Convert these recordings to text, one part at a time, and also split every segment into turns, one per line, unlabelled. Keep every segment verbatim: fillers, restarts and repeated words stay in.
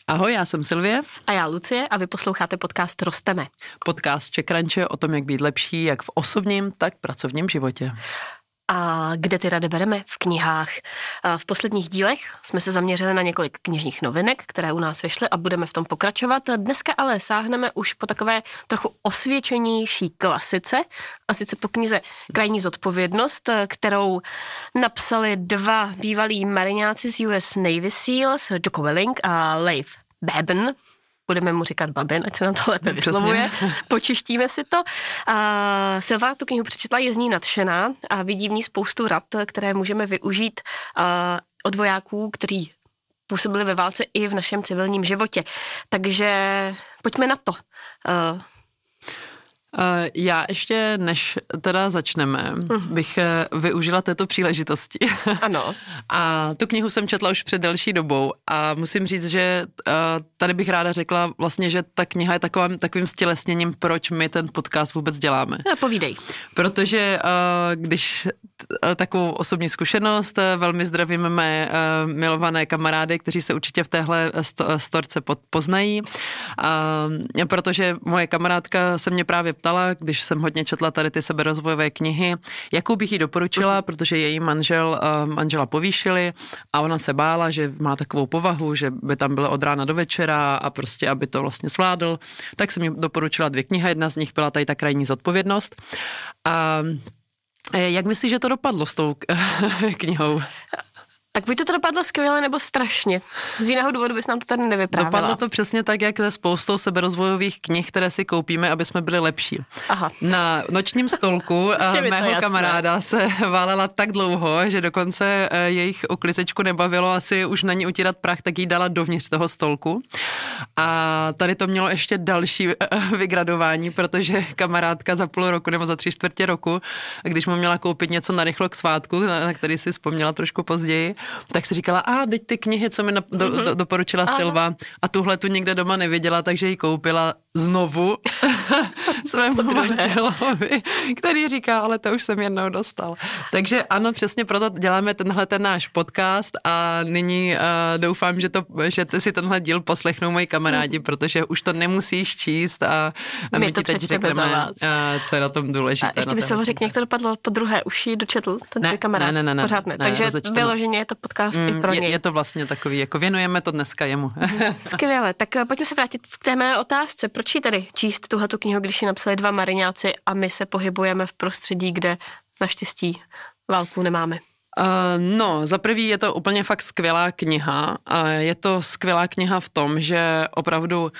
Ahoj, já jsem Sylvie.
A já Lucie a vy posloucháte podcast Rosteme.
Podcast CzechCrunche o tom, jak být lepší, jak v osobním, tak pracovním životě.
A kde ty rady bereme? V knihách. A v posledních dílech jsme se zaměřili na několik knižních novinek, které u nás vyšly a budeme v tom pokračovat. Dneska ale sáhneme už po takové trochu osvědčenější klasice, a sice po knize Krajní zodpovědnost, kterou napsali dva bývalí mariňáci z U S Navy SEALs, Jocko Willink a Leif Babin. Budeme mu říkat Babin, ať se nám to lépe vyslovuje. Počeštíme si to. A Silva tu knihu přečetla, je z ní nadšená a vidí v ní spoustu rad, které můžeme využít od vojáků, kteří působili ve válce i v našem civilním životě. Takže pojďme na to.
Uh, já ještě, než teda začneme, uh-huh. bych uh, využila této příležitosti.
Ano.
A tu knihu jsem četla už před delší dobou a musím říct, že uh, tady bych ráda řekla vlastně, že ta kniha je takovým, takovým stělesněním, proč my ten podcast vůbec děláme.
No, povídej.
Protože uh, když uh, takovou osobní zkušenost, uh, velmi zdravím mé uh, milované kamarády, kteří se určitě v téhle sto, storce pod, poznají, uh, protože moje kamarádka se mě právě ptala, když jsem hodně četla tady ty seberozvojové knihy, jakou bych jí doporučila, protože její manžel, uh, manžela povýšili a ona se bála, že má takovou povahu, že by tam bylo od rána do večera a prostě, aby to vlastně zvládl. Tak jsem jí doporučila dvě knihy, jedna z nich byla tady ta Krajní zodpovědnost. A jak myslíš, že to dopadlo s tou knihou?
Tak buď to dopadlo skvěle nebo strašně. Z jiného důvodu bys nám to tady nevyprávěla.
Dopadlo to přesně tak, jak se spoustou seberozvojových knih, které si koupíme, aby jsme byli lepší.
Aha.
Na nočním stolku mého kamaráda se válela tak dlouho, že dokonce jejich uklizečku nebavilo asi už na ní utírat prach, tak jí dala dovnitř toho stolku. A tady to mělo ještě další vygradování, protože kamarádka za půl roku nebo za tři čtvrtě roku, když mu měla koupit něco narychlo k svátku, na který si vzpomněla trošku později, tak si říkala, a teď ty knihy, co mi do, mm-hmm. do, doporučila Aha. Silva, a tuhle tu někde doma neviděla, takže ji koupila znovu svému manželovi, který říká, ale to už jsem jednou dostal. Takže ano, přesně proto děláme tenhle ten náš podcast a nyní uh, doufám, že, to, že si tenhle díl poslechnou moji kamarádi, mm. protože už to nemusíš číst a, a my, my ti teď řekneme, uh, co je na tom důležité.
A ještě by se ho řekl, jak to dopadlo po druhé, už ji dočetl ten tvůj kamarád?
Ne, ne, ne.
Pořád ne.
ne
Takže vyloženě je to podcast mm, i pro něj.
Je, je to vlastně takový, jako věnujeme to dneska jemu.
Skvěle, tak pojďme se vrátit k té mé otázce. Proč ji tedy číst tuhletu knihu, když ji napsali dva mariňáci a my se pohybujeme v prostředí, kde naštěstí válku nemáme?
Uh, no, za prvý je to úplně fakt skvělá kniha a je to skvělá kniha v tom, že opravdu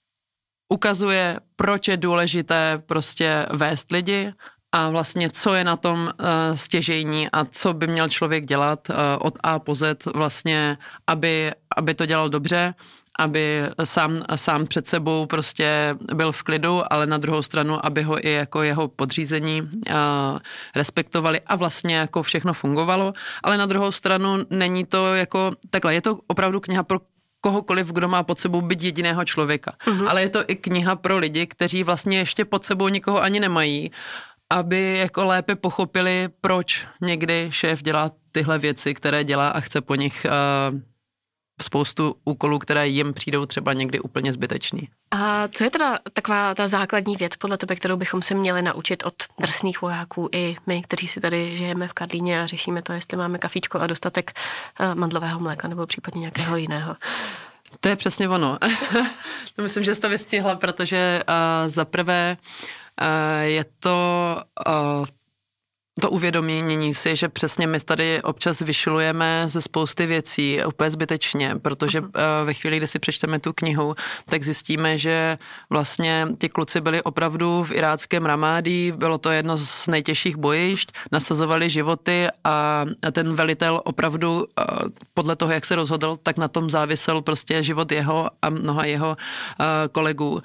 ukazuje, proč je důležité prostě vést lidi a vlastně co je na tom uh, stěžejní a co by měl člověk dělat uh, od A po Z vlastně, aby, aby to dělal dobře, aby sám, sám před sebou prostě byl v klidu, ale na druhou stranu, aby ho i jako jeho podřízení uh, respektovali a vlastně jako všechno fungovalo, ale na druhou stranu není to jako takhle, je to opravdu kniha pro kohokoliv, kdo má pod sebou být jediného člověka, uh-huh. ale je to i kniha pro lidi, kteří vlastně ještě pod sebou nikoho ani nemají, aby jako lépe pochopili, proč někdy šéf dělá tyhle věci, které dělá a chce po nich uh, spoustu úkolů, které jim přijdou třeba někdy úplně zbytečný.
A co je teda taková ta základní věc podle tebe, kterou bychom se měli naučit od drsných vojáků i my, kteří si tady žijeme v Karlíně a řešíme to, jestli máme kafíčko a dostatek uh, mandlového mléka nebo případně nějakého jiného?
To je přesně ono. To myslím, že jsi to vystihla, protože uh, za prvé uh, je to uh, to uvědomění si, že přesně my tady občas vyšilujeme ze spousty věcí úplně zbytečně, protože uh, ve chvíli, kdy si přečteme tu knihu, tak zjistíme, že vlastně ti kluci byli opravdu v iráckém Ramádí, bylo to jedno z nejtěžších bojišť, nasazovali životy a ten velitel opravdu uh, podle toho, jak se rozhodl, tak na tom závisel prostě život jeho a mnoha jeho uh, kolegů.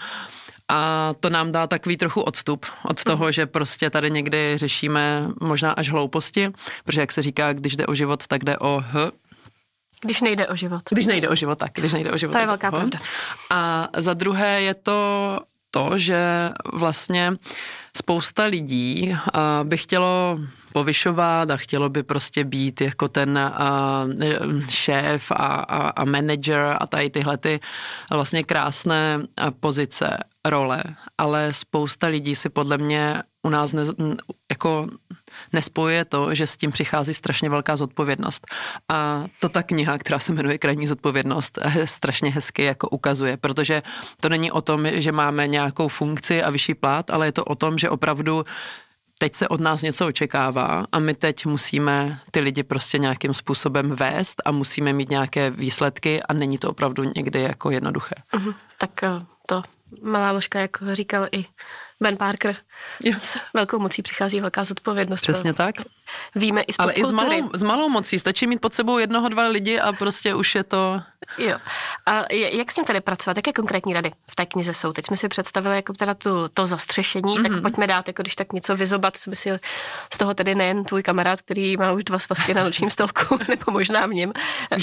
A to nám dá takový trochu odstup od toho, že prostě tady někdy řešíme možná až hlouposti, protože jak se říká, když jde o život, tak jde o h.
Když nejde o život.
Když nejde o život, tak. Když nejde o život.
To je velká pravda.
A za druhé je to to, že vlastně spousta lidí uh, by chtělo povyšovat a chtělo by prostě být jako ten uh, šéf a, a, a manager a tady tyhle ty vlastně krásné pozice, role, ale spousta lidí si podle mě u nás ne, jako nespojuje to, že s tím přichází strašně velká zodpovědnost. A to ta kniha, která se jmenuje Krajní zodpovědnost, strašně hezky jako ukazuje, protože to není o tom, že máme nějakou funkci a vyšší plat, ale je to o tom, že opravdu teď se od nás něco očekává a my teď musíme ty lidi prostě nějakým způsobem vést a musíme mít nějaké výsledky a není to opravdu někdy jako jednoduché.
Uh-huh. Tak to malá ložka, jak říkal i Ben Parker, jo. S velkou mocí přichází velká zodpovědnost.
Přesně tak.
Víme i z
Ale i s malou, s malou mocí. Stačí mít pod sebou jednoho, dva lidi a prostě už je to...
Jo. A jak s tím tady pracovat? Jaké konkrétní rady v té knize jsou? Teď jsme si představili jako teda tu, to zastřešení, mm-hmm. tak pojďme dát, jako když tak něco vyzobat, co by si z toho tedy nejen tvůj kamarád, který má už dva svazky na nočním stolku, nebo možná v něm,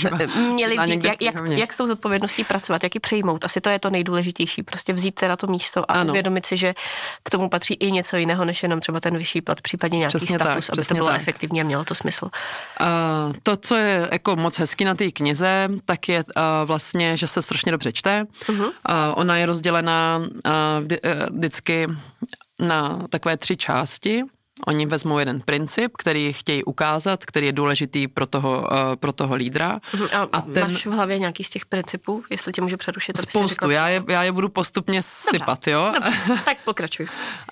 měli vzít, jak, jak, jak s tou zodpovědností pracovat, jak ji přejmout. Asi to je to nejdůležitější, prostě vzít teda to místo a ano. uvědomit si, že k tomu patří i něco jiného, než jenom třeba ten vyšší plat, případně nějaký přesně status, tak, aby to bylo tak. efektivní a mělo to smysl.
Uh, to, co je jako moc hezky na té knize, tak je uh, vlastně, že se strašně dobře čte. Uh-huh. Uh, ona je rozdělená uh, vždy, uh, vždycky na takové tři části. Oni vezmou jeden princip, který chtějí ukázat, který je důležitý pro toho, uh, pro toho lídra.
Uh-huh. A, a ten... máš v hlavě nějaký z těch principů, jestli tě můžu přerušit?
Spoustu, já je, já je budu postupně sypat, dobře, jo?
Dobře, tak pokračuj.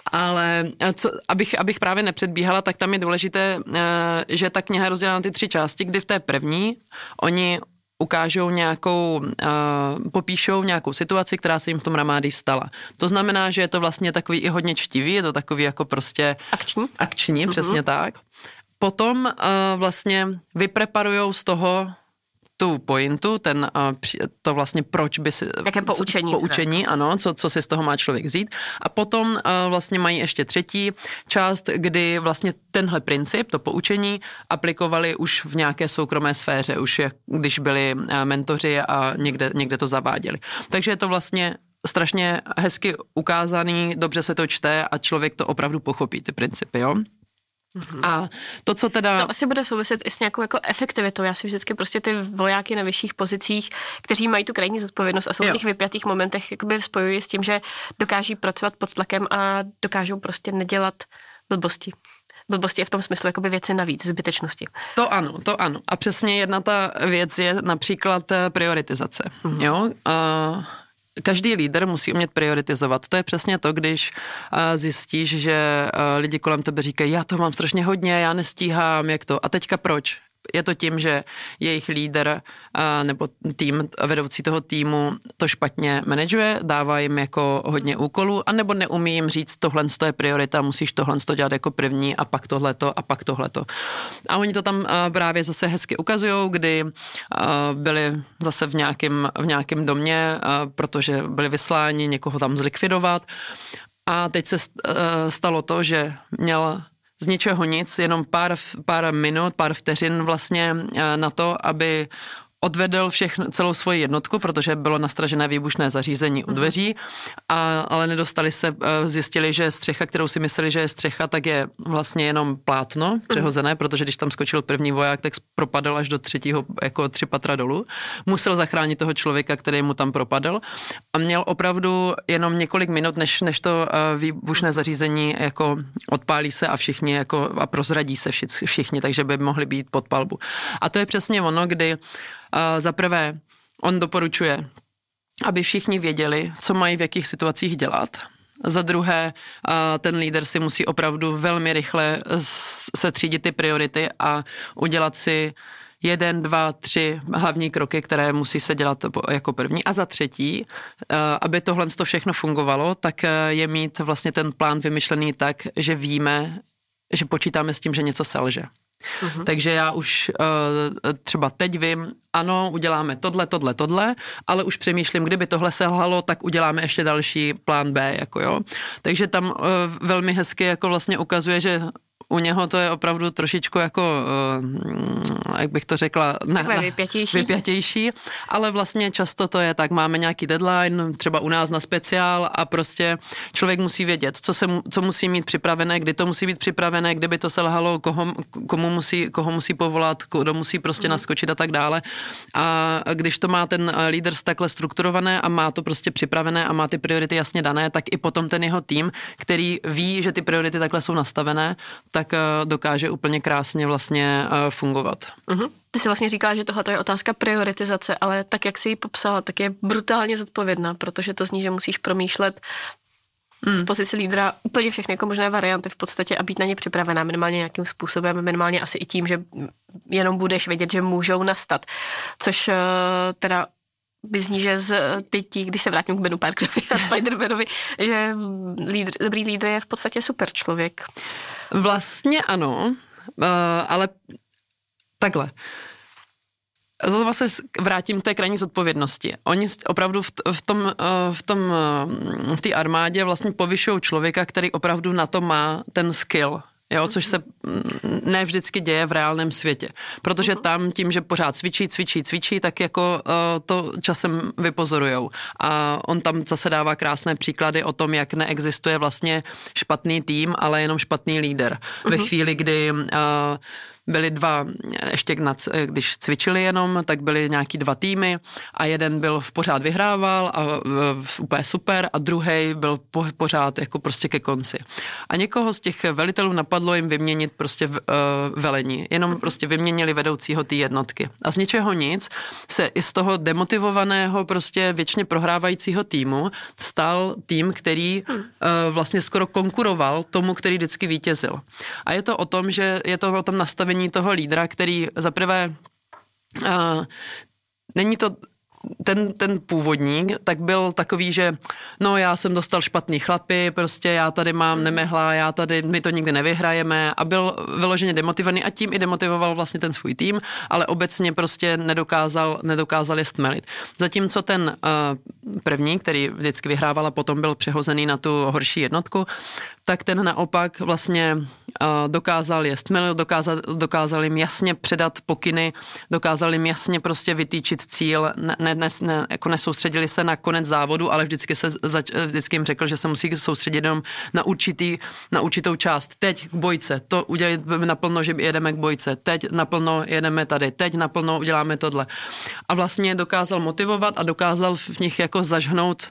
Ale co, abych, abych právě nepředbíhala, tak tam je důležité, uh, že ta kniha je rozdělena na ty tři části, kdy v té první oni ukážou nějakou, uh, popíšou nějakou situaci, která se jim v tom Ramádi stala. To znamená, že je to vlastně takový i hodně čtivý, je to takový jako prostě...
Akční.
Akční, mm-hmm. přesně tak. Potom uh, vlastně vypreparujou z toho tu pointu, ten, uh, to vlastně proč by si...
Jaké poučení.
Co, poučení, ano, co, co si z toho má člověk vzít. A potom uh, vlastně mají ještě třetí část, kdy vlastně tenhle princip, to poučení, aplikovali už v nějaké soukromé sféře, už je, když byli uh, mentoři a někde, někde to zaváděli. Takže je to vlastně strašně hezky ukázaný, dobře se to čte a člověk to opravdu pochopí, ty principy, jo? Mm-hmm. A to, co teda...
To asi bude souviset i s nějakou jako efektivitou. Já si vždycky prostě ty vojáky na vyšších pozicích, kteří mají tu krajní zodpovědnost a jsou jo. v těch vypjatých momentech jakoby spojují s tím, že dokáží pracovat pod tlakem a dokážou prostě nedělat blbosti. Blbosti je v tom smyslu jakoby věci navíc, zbytečnosti.
To ano, to ano. A přesně jedna ta věc je například prioritizace. Mm-hmm. Jo? A... Každý lídr musí umět prioritizovat. To je přesně to, když zjistíš, že lidi kolem tebe říkají, já to mám strašně hodně, já nestíhám, jak to. A teďka proč? Je to tím, že jejich lídr nebo tým, vedoucí toho týmu to špatně manažuje, dává jim jako hodně úkolů, anebo neumí jim říct, tohle je priorita, musíš tohle dělat jako první a pak tohleto a pak tohleto. A oni to tam právě zase hezky ukazujou, kdy byli zase v nějakém, v nějakém domě, protože byli vysláni někoho tam zlikvidovat. A teď se stalo to, že měl z ničeho nic, jenom pár, pár minut, pár vteřin vlastně na to, aby odvedl všechno, celou svoji jednotku, protože bylo nastražené výbušné zařízení u dveří, a, ale nedostali se, zjistili, že střecha, kterou si mysleli, že je střecha, tak je vlastně jenom plátno přehozené, protože když tam skočil první voják, tak propadl až do třetího, jako tři patra dolů. Musel zachránit toho člověka, který mu tam propadl a měl opravdu jenom několik minut, než, než to výbušné zařízení jako odpálí se a všichni jako a prozradí se všichni, takže by mohli být pod palbu. A to je přesně ono, kdy Uh, za prvé, on doporučuje, aby všichni věděli, co mají v jakých situacích dělat. Za druhé, uh, ten lídr si musí opravdu velmi rychle setřídit ty priority a udělat si jeden, dva, tři hlavní kroky, které musí se dělat jako první. A za třetí, uh, aby tohle všechno fungovalo, tak uh, je mít vlastně ten plán vymyšlený tak, že víme, že počítáme s tím, že něco selže. Uhum. Takže já už uh, třeba teď vím, ano, uděláme tohle, tohle, tohle, ale už přemýšlím, kdyby tohle selhalo, tak uděláme ještě další plán B, jako jo. Takže tam uh, velmi hezky jako vlastně ukazuje, že u něho to je opravdu trošičku jako, jak bych to řekla, ne,
ne, vypjatější.
vypjatější, ale vlastně často to je tak, máme nějaký deadline, třeba u nás na speciál a prostě člověk musí vědět, co, se, co musí mít připravené, kdy to musí být připravené, kdyby to selhalo, koho, komu musí, koho musí povolat, kdo musí prostě mm. naskočit a tak dále. A když to má ten lídr takhle strukturované a má to prostě připravené a má ty priority jasně dané, tak i potom ten jeho tým, který ví, že ty priority takhle jsou nastavené, tak dokáže úplně krásně vlastně fungovat. Mm-hmm.
Ty jsi vlastně říkala, že tohle je otázka prioritizace, ale tak, jak jsi ji popsala, tak je brutálně zodpovědná, protože to zní, že musíš promýšlet v pozici lídra úplně všechny jako možné varianty v podstatě a být na ně připravená minimálně nějakým způsobem, minimálně asi i tím, že jenom budeš vědět, že můžou nastat. Což uh, teda vyzní, že z teď, když se vrátím k Benu Parkerovi a Spider-Manovi, že lídr, dobrý lídr je v podstatě super člověk.
Vlastně ano, uh, ale takhle. Znovu se vrátím k té krajní zodpovědnosti. Oni opravdu v, v tom, v tom, v té armádě vlastně povyšují člověka, který opravdu na to má ten skill, jo, což se ne vždycky děje v reálném světě. Protože tam tím, že pořád cvičí, cvičí, cvičí, tak jako to časem vypozorujou. A on tam zase dává krásné příklady o tom, jak neexistuje vlastně špatný tým, ale jenom špatný lídr. Ve chvíli, kdy byly dva, ještě když cvičili jenom, tak byly nějaký dva týmy a jeden byl v pořád vyhrával a úplně super a druhý byl po, pořád jako prostě ke konci. A někoho z těch velitelů napadlo jim vyměnit prostě uh, velení. Jenom prostě vyměnili vedoucího té jednotky. A z ničeho nic se i z toho demotivovaného prostě věčně prohrávajícího týmu stal tým, který uh, vlastně skoro konkuroval tomu, který vždycky vítězil. A je to o tom, že je to o tom nastavení toho lídra, který zaprvé uh, není to ten, ten původník, tak byl takový, že no já jsem dostal špatný chlapy, prostě já tady mám nemehla, já tady, my to nikdy nevyhrajeme a byl vyloženě demotivovaný a tím i demotivoval vlastně ten svůj tým, ale obecně prostě nedokázal, nedokázal je stmelit. Zatímco ten uh, první, který vždycky vyhrával a potom byl přehozený na tu horší jednotku, tak ten naopak vlastně uh, dokázal je stmelit, dokázal, dokázal jim jasně předat pokyny, dokázal jim jasně prostě vytýčit cíl, ne, ne, ne, ne, jako nesoustředili se na konec závodu, ale vždycky, se, zač, vždycky jim řekl, že se musí soustředit jenom na, určitý, na určitou část. Teď k bojce, to udělat naplno, že jedeme k bojce, teď naplno jedeme tady, teď naplno uděláme tohle. A vlastně dokázal motivovat a dokázal v nich jako zažhnout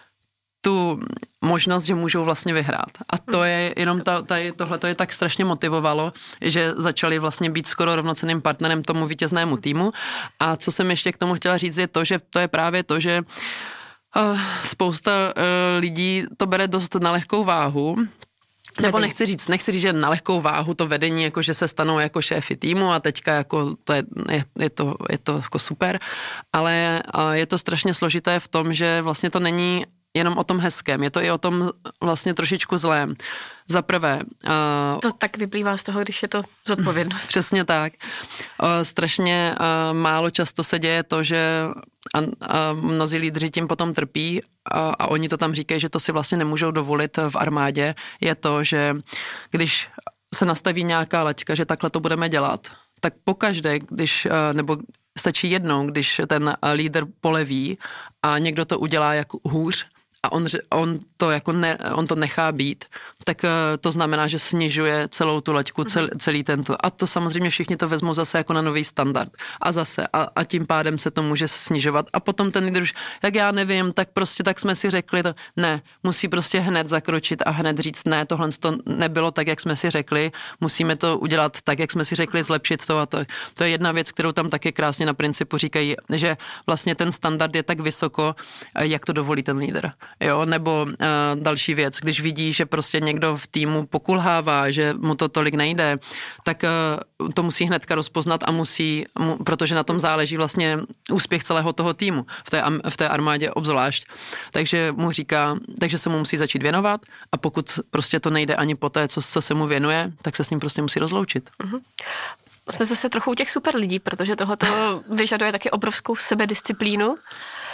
tu možnost, že můžou vlastně vyhrát. A to je jenom ta, ta, tohle to je tak strašně motivovalo, že začali vlastně být skoro rovnocenným partnerem tomu vítěznému týmu. A co jsem ještě k tomu chtěla říct, je to, že to je právě to, že uh, spousta uh, lidí to bere dost na lehkou váhu. Nebo nechci říct, nechci říct, že na lehkou váhu to vedení, jako že se stanou jako šéfy týmu a teďka jako to je, je, je, to, je to jako super, ale uh, je to strašně složité v tom, že vlastně to není jenom o tom hezkém, je to i o tom vlastně trošičku zlém. Za prvé. Uh,
to tak vyplývá z toho, když je to zodpovědnost.
Přesně tak. Uh, strašně uh, málo často se děje to, že a, a mnozí lídři tím potom trpí a, a oni to tam říkají, že to si vlastně nemůžou dovolit v armádě, je to, že když se nastaví nějaká laťka, že takhle to budeme dělat, tak pokaždé, když, uh, nebo stačí jednou, když ten lídr poleví a někdo to udělá jako hůř, a on, on, to jako ne, on to nechá být, tak to znamená, že snižuje celou tu laťku, cel, celý tento. A to samozřejmě všichni to vezmou zase jako na nový standard. A zase. A, a tím pádem se to může snižovat. A potom ten lídr už, jak já nevím, tak prostě tak jsme si řekli, to ne, musí prostě hned zakročit a hned říct, ne, tohle to nebylo tak, jak jsme si řekli, musíme to udělat tak, jak jsme si řekli, zlepšit to a to. To je jedna věc, kterou tam taky krásně na principu říkají, že vlastně ten standard je tak vysoko, jak to dovolí ten lídr. Jo, nebo uh, další věc, když vidí, že prostě někdo v týmu pokulhává, že mu to tolik nejde, tak uh, to musí hnedka rozpoznat a musí, mu, protože na tom záleží vlastně úspěch celého toho týmu, v té, v té armádě obzvlášť. Takže mu říká, takže se mu musí začít věnovat a pokud prostě to nejde ani po té, co, co se mu věnuje, tak se s ním prostě musí rozloučit. Uh-huh.
Jsme zase trochu u těch super lidí, protože tohoto vyžaduje taky obrovskou sebedisciplínu.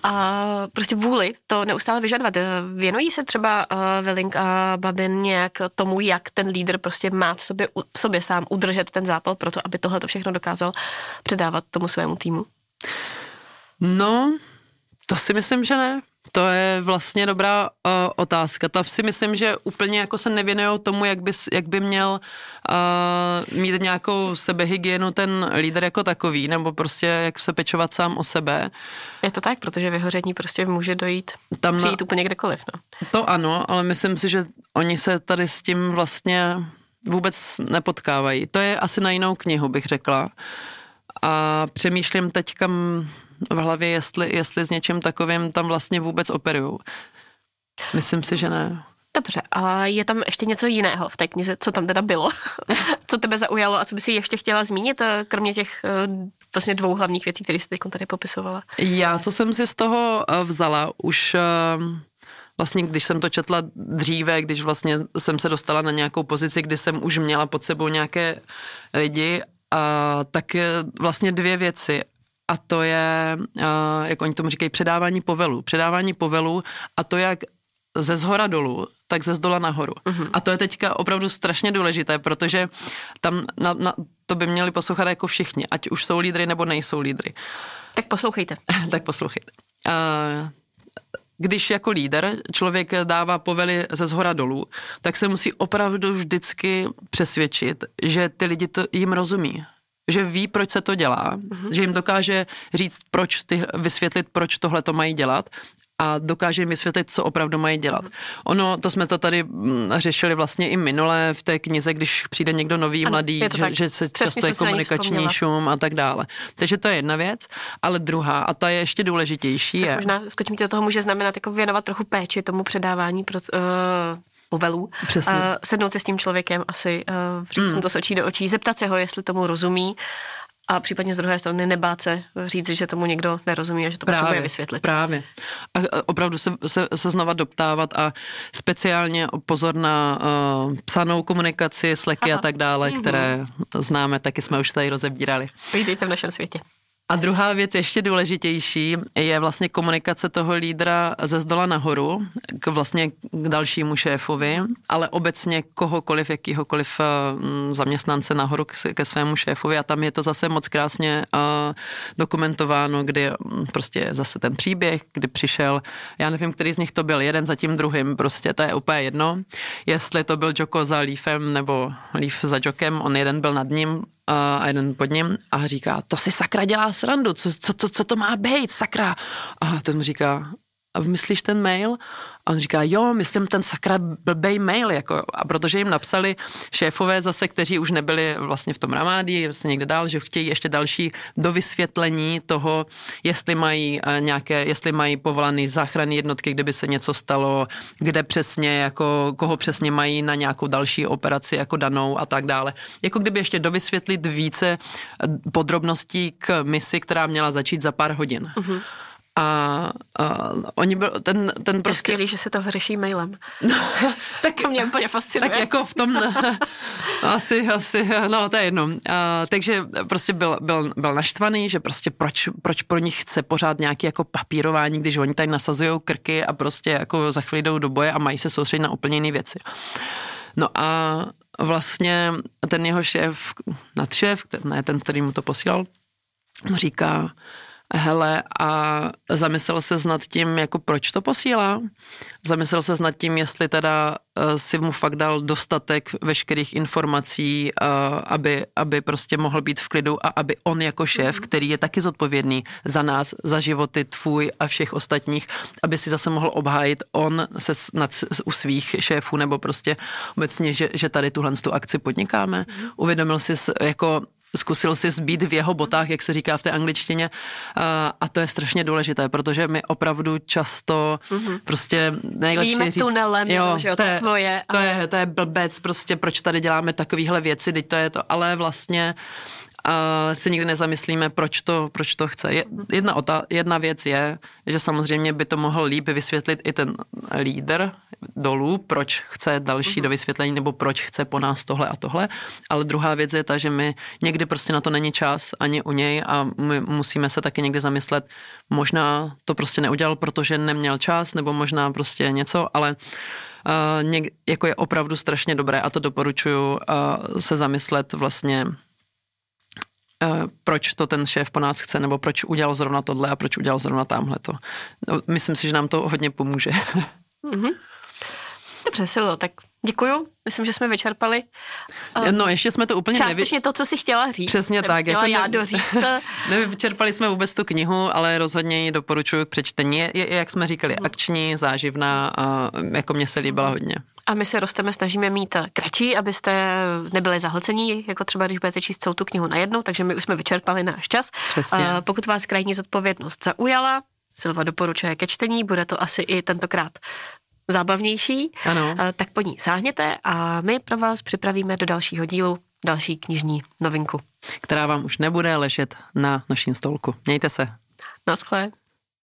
a prostě vůli to neustále vyžadovat. Věnují se třeba uh, Welling a Babin nějak tomu, jak ten lídr prostě má v sobě, v sobě sám udržet ten zápal pro to, aby tohle to všechno dokázal předávat tomu svému týmu?
No, to si myslím, že ne. To je vlastně dobrá uh, otázka. To si myslím, že úplně jako se nevěnují tomu, jak by, jak by měl uh, mít nějakou sebehygienu ten lídr jako takový, nebo prostě jak se pečovat sám o sebe.
Je to tak, protože vyhoření prostě může dojít, Tam přijít na... úplně kdekoliv. No.
To ano, ale myslím si, že oni se tady s tím vlastně vůbec nepotkávají. To je asi na jinou knihu, bych řekla. A přemýšlím teďka v hlavě, jestli, jestli s něčím takovým tam vlastně vůbec operují. Myslím si, že ne.
Dobře, a je tam ještě něco jiného v té knize, co tam teda bylo? Co tebe zaujalo a co by si ještě chtěla zmínit, kromě těch vlastně dvou hlavních věcí, které jsi teď tady popisovala?
Já, co jsem si z toho vzala, už vlastně, když jsem to četla dříve, když vlastně jsem se dostala na nějakou pozici, kdy jsem už měla pod sebou nějaké lidi, a tak vlastně dvě věci. A to je, jak oni tomu říkají, předávání povelu. Předávání povelu a to jak ze zhora dolů, tak ze zdola nahoru. Uh-huh. A to je teďka opravdu strašně důležité, protože tam na, na, to by měli poslouchat jako všichni, ať už jsou lídry nebo nejsou lídry.
Tak poslouchejte.
tak poslouchejte. Uh, Když jako lídr člověk dává povely ze zhora dolů, tak se musí opravdu vždycky přesvědčit, že ty lidi to jim rozumí. Že ví, proč se to dělá, uh-huh. že jim dokáže říct, proč ty, vysvětlit, proč tohle to mají dělat a dokáže jim vysvětlit, co opravdu mají dělat. Ono, to jsme to tady řešili vlastně i minule v té knize, když přijde někdo nový, ano, mladý, že, že se
Přesně
často je komunikační šum a tak dále. Takže to je jedna věc, ale druhá, a ta je ještě důležitější.
Což
je...
možná, skočím tě do toho, může znamenat jako věnovat trochu péči tomu předávání pro, uh, povelů.
Přesně.
Uh, sednout se s tím člověkem asi, uh, říct mm. mu to z očí do očí, zeptat se ho, jestli tomu rozumí, a případně z druhé strany nebát se říct, že tomu někdo nerozumí a že to právě, potřebuje vysvětlit.
Právě. A opravdu se, se, se znova doptávat a speciálně pozor na uh, psanou komunikaci, sleky Aha. a tak dále, mm-hmm. které známe, taky jsme už tady rozebírali.
Vítejte v našem světě.
A druhá věc, ještě důležitější, je vlastně komunikace toho lídra ze zdola nahoru, k vlastně k dalšímu šéfovi, ale obecně kohokoliv, jakýhokoliv uh, zaměstnance nahoru k, ke svému šéfovi a tam je to zase moc krásně uh, dokumentováno, kdy um, prostě zase ten příběh, kdy přišel, já nevím, který z nich to byl, jeden za tím druhým, prostě to je úplně jedno, jestli to byl Joko za Leafem nebo Leaf za Jokem, on jeden byl nad ním, a jeden pod ním a říká, to si sakra dělá srandu, co, co, co, co to má být, sakra. A ten mu říká, a myslíš ten mail? A on říká, jo, myslím ten sakra blbej mail, jako, a protože jim napsali šéfové zase, kteří už nebyli vlastně v tom Ramádii, vlastně někde dál, že chtějí ještě další dovysvětlení toho, jestli mají nějaké, jestli mají povolaný záchranné jednotky, kdyby se něco stalo, kde přesně, jako, koho přesně mají na nějakou další operaci jako danou a tak dále. Jako kdyby ještě dovysvětlit více podrobností k misi, která měla začít za pár hodin. Uh-huh. A, a oni byl, ten, ten prostě...
Je skvělý, že se to řeší mailem. No, tak to mě úplně fascinuje.
Tak jako v tom asi, asi, no to je jedno. A, takže prostě byl, byl, byl naštvaný, že prostě proč, proč pro nich chce pořád nějaký jako papírování, když oni tady nasazujou krky a prostě jako za chvíli jdou do boje a mají se soustředit na úplně jiné věci. No a vlastně ten jeho šéf, nadšéf, ne ten, který mu to posílal, mu říká, hele, a zamyslel se nad tím, jako proč to posílá? Zamyslel se nad tím, jestli teda uh, si mu fakt dal dostatek veškerých informací, uh, aby, aby prostě mohl být v klidu a aby on jako šéf, který je taky zodpovědný za nás, za životy tvůj a všech ostatních, aby si zase mohl obhájit on se nad, u svých šéfů nebo prostě obecně, že, že tady tuhle tu akci podnikáme. Uvědomil si jako zkusil si zbít v jeho botách, jak se říká v té angličtině, a to je strašně důležité, protože my opravdu často mm-hmm. prostě nejlepší
Víme
říct...
tunelem, jo, že jo, to, to je, svoje.
To je, to je blbec, prostě proč tady děláme takovýhle věci, teď to je to, ale vlastně a si nikdy nezamyslíme, proč to, proč to chce. Jedna, ota, jedna věc je, že samozřejmě by to mohl líp vysvětlit i ten lídr, dolů, proč chce další mm-hmm. dovysvětlení nebo proč chce po nás tohle a tohle, ale druhá věc je ta, že my někdy prostě na to není čas ani u něj a my musíme se taky někdy zamyslet, možná to prostě neudělal, protože neměl čas nebo možná prostě něco, ale uh, něk, jako je opravdu strašně dobré a to doporučuju uh, se zamyslet vlastně proč to ten šéf po nás chce, nebo proč udělal zrovna tohle a proč udělal zrovna tamhleto. No, myslím si, že nám to hodně pomůže.
Mm-hmm. Dobře, Silvo, tak děkuju. Myslím, že jsme vyčerpali.
No, ještě jsme to úplně
částečně nevy... to, co jsi chtěla říct.
Přesně tak.
Chtěla
jako
já ne... doříct.
Nevyčerpali jsme vůbec tu knihu, ale rozhodně ji doporučuji k přečtení. Je, je, jak jsme říkali, akční, záživná a jako mně se líbila hodně.
A my se rosteme, snažíme mít kratší, abyste nebyli zahlcení, jako třeba když budete číst celou tu knihu najednou, takže my už jsme vyčerpali náš čas.
Přesně.
A pokud vás krajní zodpovědnost zaujala, Silva doporučuje ke čtení, bude to asi i tentokrát zábavnější,
ano.
Tak po ní sáhněte a my pro vás připravíme do dalšího dílu další knižní novinku.
Která vám už nebude ležet na nošním stolku. Mějte se.
Naschle.